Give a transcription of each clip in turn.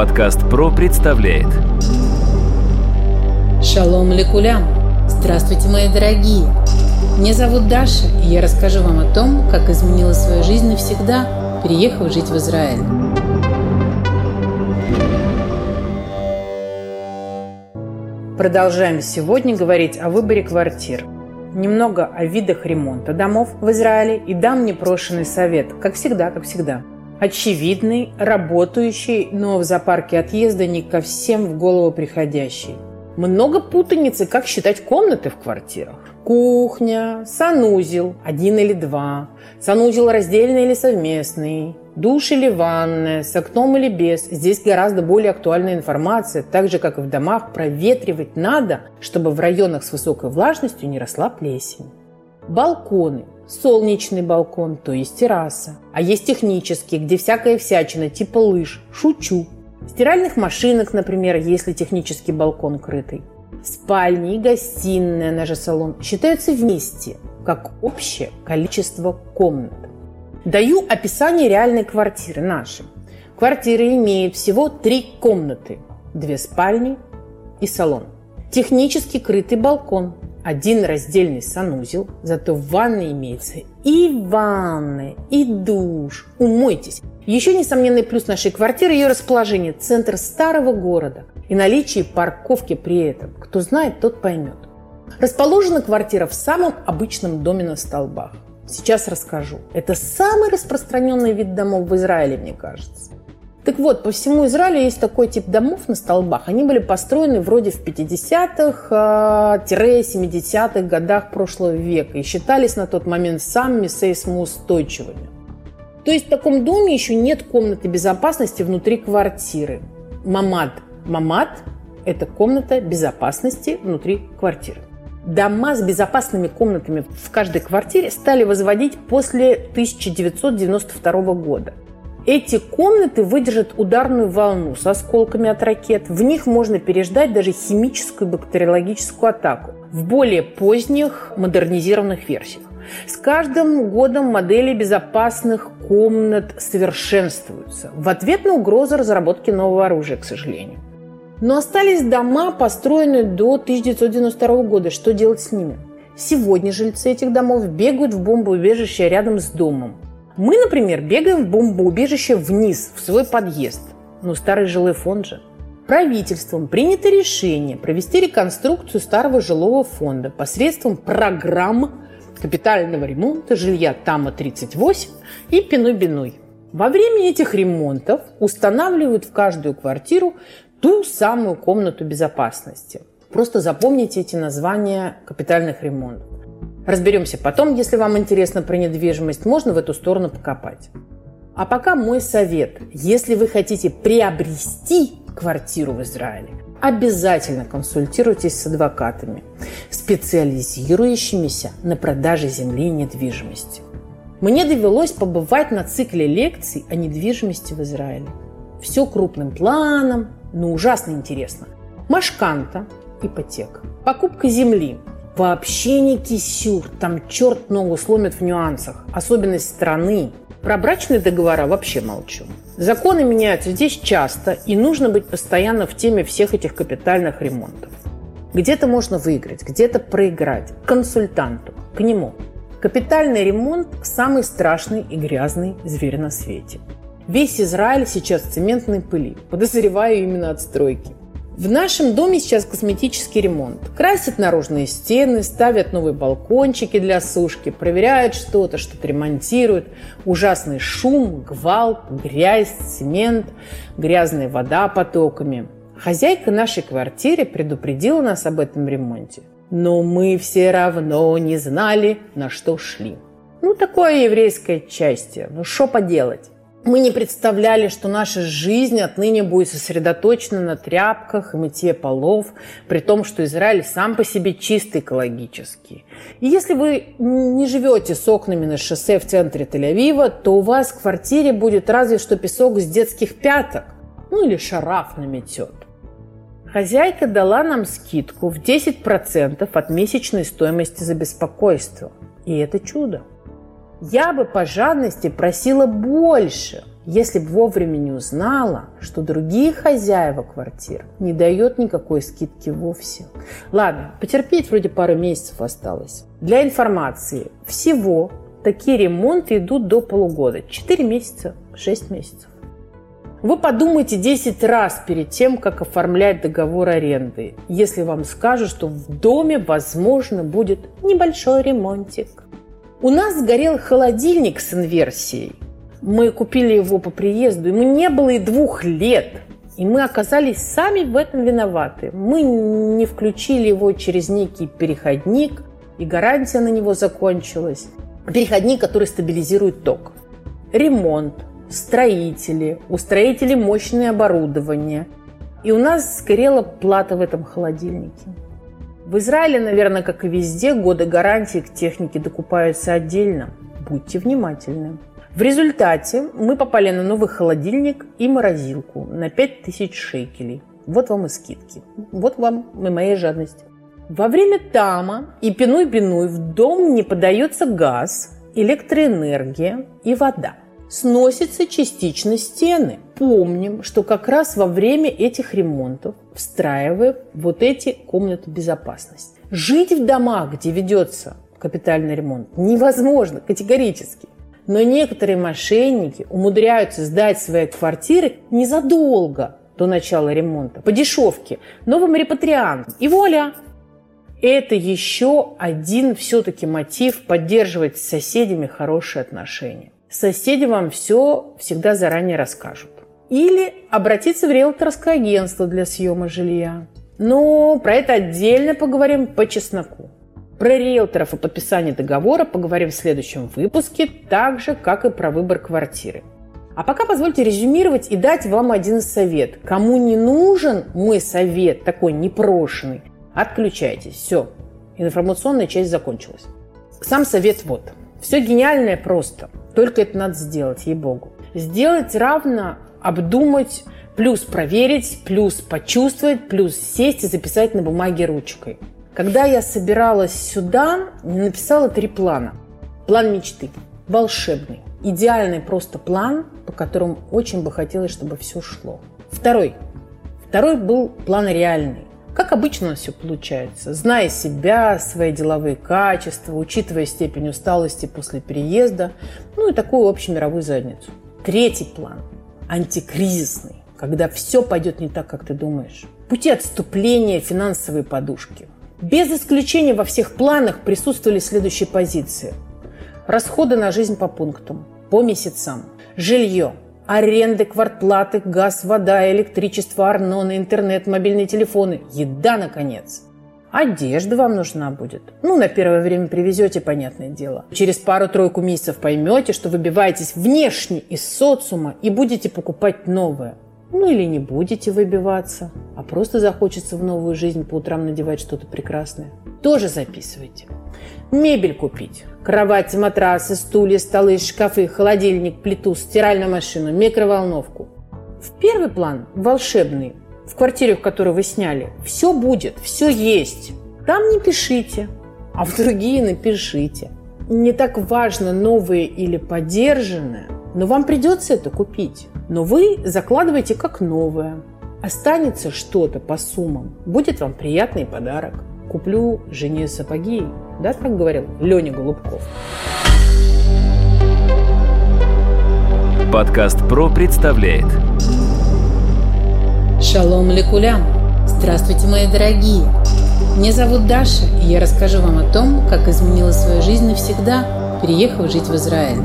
Подкаст ПРО представляет. Шалом лекулям! Здравствуйте, мои дорогие! Меня зовут Даша, и я расскажу вам о том, как изменила свою жизнь навсегда, переехав жить в Израиль. Продолжаем сегодня говорить о выборе квартир. Немного о видах ремонта домов в Израиле и дам непрошенный совет, как всегда. Очевидный, работающий, но в зоопарке отъезда не ко всем в голову приходящий. Много путаницы, как считать комнаты в квартирах. Кухня, санузел, 1 или 2, санузел раздельный или совместный, душ или ванная, с окном или без. Здесь гораздо более актуальная информация, так же, как и в домах, проветривать надо, чтобы в районах с высокой влажностью не росла плесень. Балконы. Солнечный балкон, то есть терраса. А есть технические, где всякая всячина, типа лыж. Шучу. Стиральных машинок, например, если технический балкон крытый. Спальни и гостиная, наш салон, считаются вместе, как общее количество комнат. Даю описание реальной квартиры нашей. Квартира имеет всего 3 комнаты, 2 спальни и салон. Технически крытый балкон, 1 раздельный санузел, зато в ванной имеется и ванная, и душ. Умойтесь. Еще несомненный плюс нашей квартиры – ее расположение, центр старого города и наличие парковки при этом. Кто знает, тот поймет. Расположена квартира в самом обычном доме на столбах. Сейчас расскажу. Это самый распространенный вид домов в Израиле, мне кажется. Так вот, по всему Израилю есть такой тип домов на столбах. Они были построены вроде в 50-х-70-х годах прошлого века и считались на тот момент самыми сейсмоустойчивыми. То есть в таком доме еще нет комнаты безопасности внутри квартиры. Мамад. Мамад – это комната безопасности внутри квартиры. Дома с безопасными комнатами в каждой квартире стали возводить после 1992 года. Эти комнаты выдержат ударную волну с осколками от ракет. В них можно переждать даже химическую и бактериологическую атаку в более поздних модернизированных версиях. С каждым годом модели безопасных комнат совершенствуются в ответ на угрозу разработки нового оружия, к сожалению. Но остались дома, построенные до 1992 года. Что делать с ними? Сегодня жильцы этих домов бегают в бомбоубежище рядом с домом. Мы, например, бегаем в бомбоубежище вниз, в свой подъезд. Но старый жилой фонд же. Правительством принято решение провести реконструкцию старого жилого фонда посредством программ капитального ремонта жилья ТАМА-38 и Пиной-Биной. Во время этих ремонтов устанавливают в каждую квартиру ту самую комнату безопасности. Просто запомните эти названия капитальных ремонтов. Разберемся потом, если вам интересно про недвижимость, можно в эту сторону покопать. А пока мой совет. Если вы хотите приобрести квартиру в Израиле, обязательно консультируйтесь с адвокатами, специализирующимися на продаже земли и недвижимости. Мне довелось побывать на цикле лекций о недвижимости в Израиле. Все крупным планом, но ужасно интересно. Машканта, ипотека, покупка земли. Вообще не кисюр, там черт ногу сломит в нюансах. Особенность страны. Про брачные договора вообще молчу. Законы меняются здесь часто, и нужно быть постоянно в теме всех этих капитальных ремонтов. Где-то можно выиграть, где-то проиграть. К консультанту, к нему. Капитальный ремонт – самый страшный и грязный зверь на свете. Весь Израиль сейчас в цементной пыли. Подозреваю именно от стройки. В нашем доме сейчас косметический ремонт. Красят наружные стены, ставят новые балкончики для сушки, проверяют что-то ремонтируют. Ужасный шум, гвалт, грязь, цемент, грязная вода потоками. Хозяйка нашей квартиры предупредила нас об этом ремонте. Но мы все равно не знали, на что шли. Такое еврейское счастье. Что поделать? Мы не представляли, что наша жизнь отныне будет сосредоточена на тряпках и мытье полов, при том, что Израиль сам по себе чистый экологически. И если вы не живете с окнами на шоссе в центре Тель-Авива, то у вас в квартире будет разве что песок с детских пяток, или шараф наметет. Хозяйка дала нам скидку в 10% от месячной стоимости за беспокойство. И это чудо. Я бы по жадности просила больше, если бы вовремя не узнала, что другие хозяева квартир не дают никакой скидки вовсе. Ладно, потерпеть вроде пару месяцев осталось. Для информации, всего такие ремонты идут до полугода. 4 месяца, 6 месяцев. Вы подумайте 10 раз перед тем, как оформлять договор аренды, если вам скажут, что в доме, возможно, будет небольшой ремонтик. У нас сгорел холодильник с инверсией. Мы купили его по приезду, ему не было и 2 лет. И мы оказались сами в этом виноваты. Мы не включили его через некий переходник, и гарантия на него закончилась. Переходник, который стабилизирует ток. Ремонт, строители, у строителей мощное оборудование. И у нас сгорела плата в этом холодильнике. В Израиле, наверное, как и везде, годы гарантии к технике докупаются отдельно. Будьте внимательны. В результате мы попали на новый холодильник и морозилку на 5000 шекелей. Вот вам и скидки. Вот вам и моя жадность. Во время тама и пинуй-бинуй в дом не подается газ, электроэнергия и вода. Сносятся частично стены. Помним, что как раз во время этих ремонтов встраиваем вот эти комнаты безопасности. Жить в домах, где ведется капитальный ремонт, невозможно категорически. Но некоторые мошенники умудряются сдать свои квартиры незадолго до начала ремонта, по дешевке, новым репатриантам. И вуаля! Это еще один все-таки мотив поддерживать с соседями хорошие отношения. Соседи вам все всегда заранее расскажут. Или обратиться в риэлторское агентство для съема жилья. Но про это отдельно поговорим по чесноку. Про риэлторов и подписание договора поговорим в следующем выпуске, так же, как и про выбор квартиры. А пока позвольте резюмировать и дать вам один совет. Кому не нужен мой совет, такой непрошенный, отключайтесь. Все, информационная часть закончилась. Сам совет вот. Все гениальное просто. Только это надо сделать, ей-богу. Сделать равно обдумать, плюс проверить, плюс почувствовать, плюс сесть и записать на бумаге ручкой. Когда я собиралась сюда, написала 3 плана. План мечты. Волшебный. Идеальный просто план, по которому очень бы хотелось, чтобы все шло. Второй был план реальный. Как обычно у нас все получается. Зная себя, свои деловые качества, учитывая степень усталости после переезда, ну и такую общемировую задницу. 3 план. Антикризисный. Когда все пойдет не так, как ты думаешь. Пути отступления, финансовые подушки. Без исключения во всех планах присутствовали следующие позиции. Расходы на жизнь по пунктам, по месяцам. Жилье, аренды, квартплаты, газ, вода, электричество, арнона, интернет, мобильные телефоны. Еда, наконец. Одежда вам нужна будет. На первое время привезете, понятное дело. Через пару-тройку месяцев поймете, что выбиваетесь внешне из социума и будете покупать новое. Или не будете выбиваться, а просто захочется в новую жизнь по утрам надевать что-то прекрасное. Тоже записывайте. Мебель купить. Кровати, матрасы, стулья, столы, шкафы, холодильник, плиту, стиральную машину, микроволновку. В первый план, волшебный, в квартире, в которую вы сняли, все будет, все есть. Там не пишите, а в другие напишите. Не так важно, новое или подержанное, но вам придется это купить. Но вы закладываете как новое. Останется что-то по суммам. Будет вам приятный подарок. Куплю жене сапоги. Да, так говорил Леня Голубков. Подкаст «Про» представляет. Шалом лекулям! Здравствуйте, мои дорогие! Меня зовут Даша, и я расскажу вам о том, как изменила свою жизнь навсегда, переехав жить в Израиль.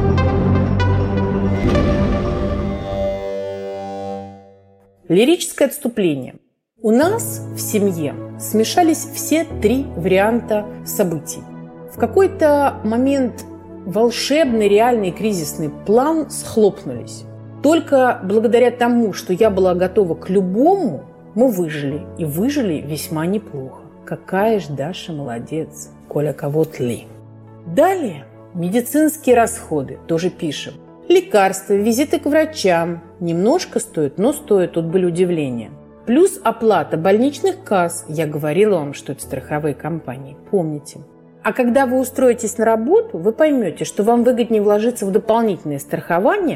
Лирическое отступление. У нас в семье смешались все 3 варианта событий. В какой-то момент волшебный, реальный кризисный план схлопнулись. Только благодаря тому, что я была готова к любому, мы выжили. И выжили весьма неплохо. Какая ж Даша молодец. Коля кого-то ли. Далее медицинские расходы. Тоже пишем. Лекарства, визиты к врачам. Немножко стоят, но стоят. Тут были удивления. Плюс оплата больничных касс. Я говорила вам, что это страховые компании. Помните. А когда вы устроитесь на работу, вы поймете, что вам выгоднее вложиться в дополнительное страхование,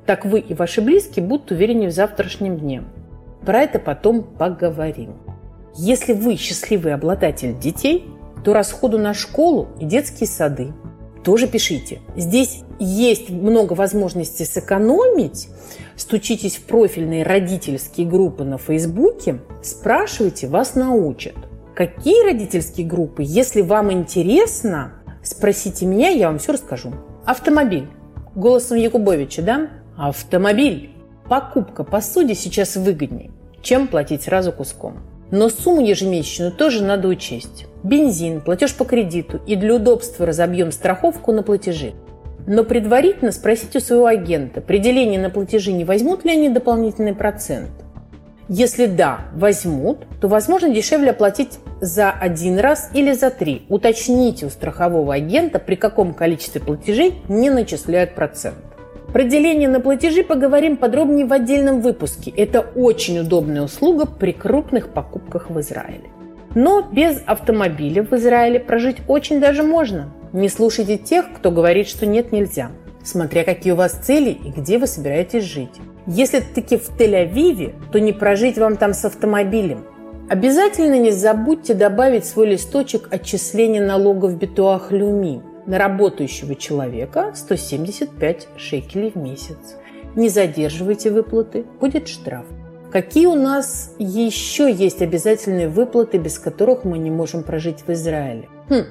Так вы и ваши близкие будут увереннее в завтрашнем дне. Про это потом поговорим. Если вы счастливый обладатель детей, то расходу на школу и детские сады тоже пишите. Здесь есть много возможностей сэкономить. Стучитесь в профильные родительские группы на Фейсбуке, спрашивайте, вас научат. Какие родительские группы? Если вам интересно, спросите меня, я вам все расскажу. Автомобиль. Голосом Якубовича, да? Автомобиль. Покупка по суде сейчас выгоднее, чем платить сразу куском. Но сумму ежемесячную тоже надо учесть. Бензин, платеж по кредиту, и для удобства разобьем страховку на платежи. Но предварительно спросите у своего агента, при делении на платежи не возьмут ли они дополнительный процент. Если да, возьмут, то, возможно, дешевле оплатить за один раз или за 3. Уточните у страхового агента, при каком количестве платежей не начисляют процент. Про деление на платежи поговорим подробнее в отдельном выпуске. Это очень удобная услуга при крупных покупках в Израиле. Но без автомобиля в Израиле прожить очень даже можно. Не слушайте тех, кто говорит, что нет, нельзя. Смотря какие у вас цели и где вы собираетесь жить. Если таки в Тель-Авиве, то не прожить вам там с автомобилем. Обязательно не забудьте добавить свой листочек отчисления налогов Битуах Леуми. На работающего человека 175 шекелей в месяц. Не задерживайте выплаты, будет штраф. Какие у нас еще есть обязательные выплаты, без которых мы не можем прожить в Израиле?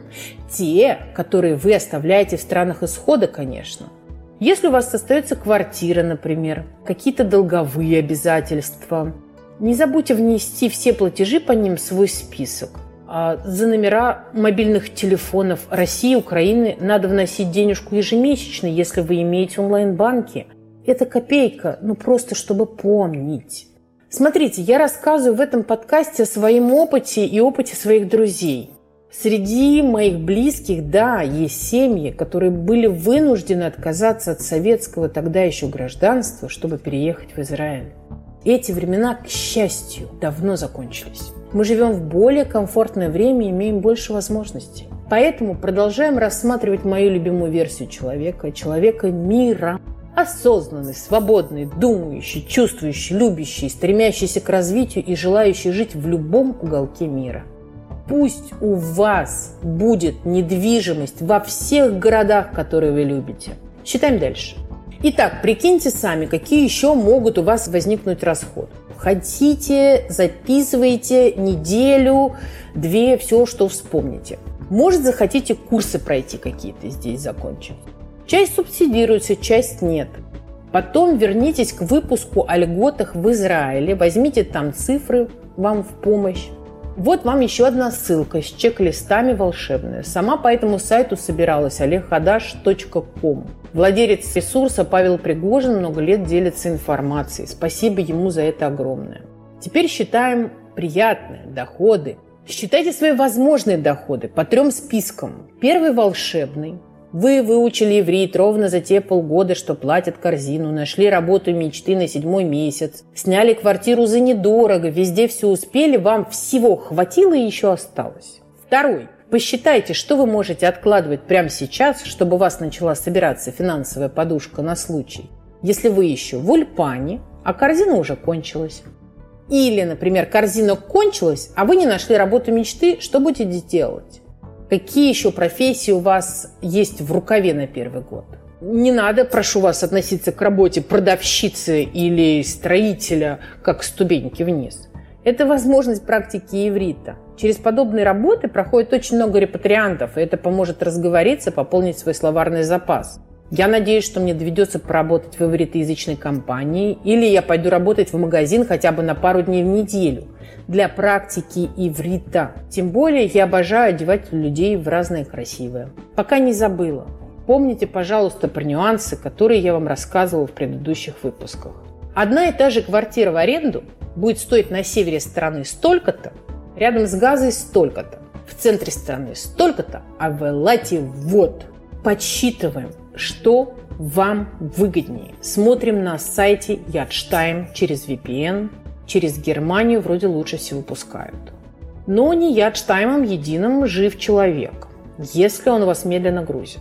Те, которые вы оставляете в странах исхода, конечно. Если у вас остается квартира, например, какие-то долговые обязательства, не забудьте внести все платежи по ним в свой список. А за номера мобильных телефонов России, Украины надо вносить денежку ежемесячно, если вы имеете онлайн-банки. Это копейка, просто чтобы помнить. Смотрите, я рассказываю в этом подкасте о своем опыте и опыте своих друзей. Среди моих близких, да, есть семьи, которые были вынуждены отказаться от советского тогда еще гражданства, чтобы переехать в Израиль. Эти времена, к счастью, давно закончились. Мы живем в более комфортное время и имеем больше возможностей. Поэтому продолжаем рассматривать мою любимую версию человека мира. Осознанный, свободный, думающий, чувствующий, любящий, стремящийся к развитию и желающий жить в любом уголке мира. Пусть у вас будет недвижимость во всех городах, которые вы любите. Считаем дальше. Итак, прикиньте сами, какие еще могут у вас возникнуть расходы. Хотите, записывайте неделю, 2, все, что вспомните. Может, захотите курсы пройти какие-то здесь закончить. Часть субсидируется, часть нет. Потом вернитесь к выпуску о льготах в Израиле, возьмите там цифры вам в помощь. Вот вам еще одна ссылка с чек-листами волшебная. Сама по этому сайту собиралась olegkhadash.com. Владелец ресурса Павел Пригожин много лет делится информацией. Спасибо ему за это огромное. Теперь считаем приятные доходы. Считайте свои возможные доходы по 3 спискам. Первый волшебный. Вы выучили иврит ровно за те полгода, что платят корзину, нашли работу мечты на 7-й месяц, сняли квартиру за недорого, везде все успели, вам всего хватило и еще осталось. Второй. Посчитайте, что вы можете откладывать прямо сейчас, чтобы у вас начала собираться финансовая подушка на случай, если вы еще в ульпане, а корзина уже кончилась. Или, например, корзина кончилась, а вы не нашли работу мечты, что будете делать? Какие еще профессии у вас есть в рукаве на первый год? Не надо, прошу вас, относиться к работе продавщицы или строителя как к ступеньке вниз. Это возможность практики иврита. Через подобные работы проходит очень много репатриантов, и это поможет разговориться, пополнить свой словарный запас. Я надеюсь, что мне доведется поработать в ивритоязычной компании, или я пойду работать в магазин хотя бы на пару дней в неделю для практики иврита. Тем более я обожаю одевать людей в разное красивое. Пока не забыла. Помните, пожалуйста, про нюансы, которые я вам рассказывала в предыдущих выпусках. Одна и та же квартира в аренду будет стоить на севере страны столько-то, рядом с Газой столько-то, в центре страны столько-то, а в Эллате вот. Подсчитываем, что вам выгоднее. Смотрим на сайте Yadstime через VPN. Через Германию вроде лучше всего пускают. Но не Yadstime единым жив человек, если он у вас медленно грузится.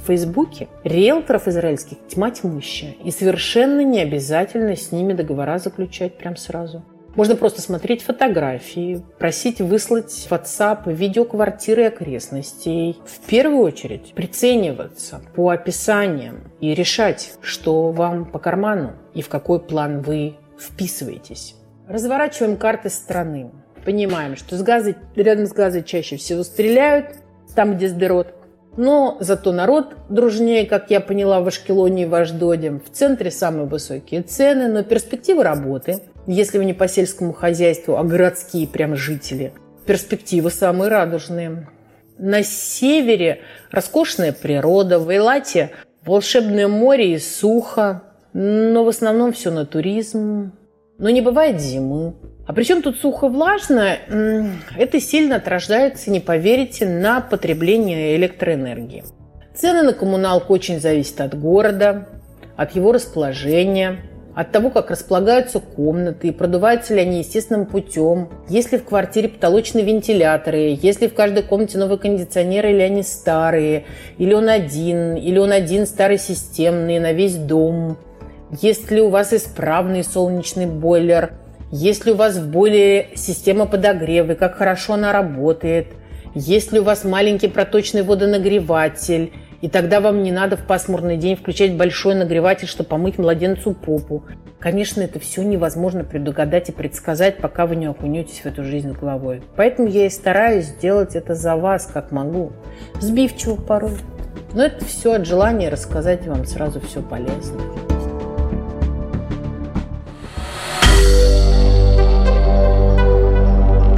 В Фейсбуке риэлторов израильских тьма тьмущая. И совершенно не обязательно с ними договора заключать прям сразу. Можно просто смотреть фотографии, просить выслать в WhatsApp видео квартиры и окрестностей. В первую очередь прицениваться по описаниям и решать, что вам по карману и в какой план вы вписываетесь. Разворачиваем карты страны. Понимаем, что рядом с Газой чаще всего стреляют, там, где Сдерот. Но зато народ дружнее, как я поняла, в Ашкелоне и в Ашдоде. В центре самые высокие цены, но перспективы работы, если вы не по сельскому хозяйству, а городские прям жители, перспективы самые радужные. На севере роскошная природа, в Эйлате волшебное море и сухо, но в основном все на туризм. Но не бывает зимы. А причем тут сухо-влажно, это сильно отражается, не поверите, на потреблении электроэнергии. Цены на коммуналку очень зависят от города, от его расположения, от того, как располагаются комнаты, и продуваются ли они естественным путем, есть ли в квартире потолочные вентиляторы, есть ли в каждой комнате новые кондиционеры, или они старые, или он один старый системный на весь дом, есть ли у вас исправный солнечный бойлер, есть ли у вас в бойлере система подогрева, и как хорошо она работает, есть ли у вас маленький проточный водонагреватель, и тогда вам не надо в пасмурный день включать большой нагреватель, чтобы помыть младенцу попу. Конечно, это все невозможно предугадать и предсказать, пока вы не окунетесь в эту жизнь головой. Поэтому я и стараюсь сделать это за вас, как могу. Сбивчиво порой. Но это все от желания рассказать вам сразу все полезное.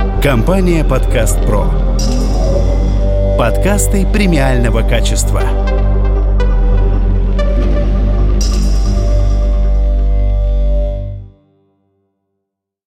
Компания «Подкаст Про». Подкасты премиального качества.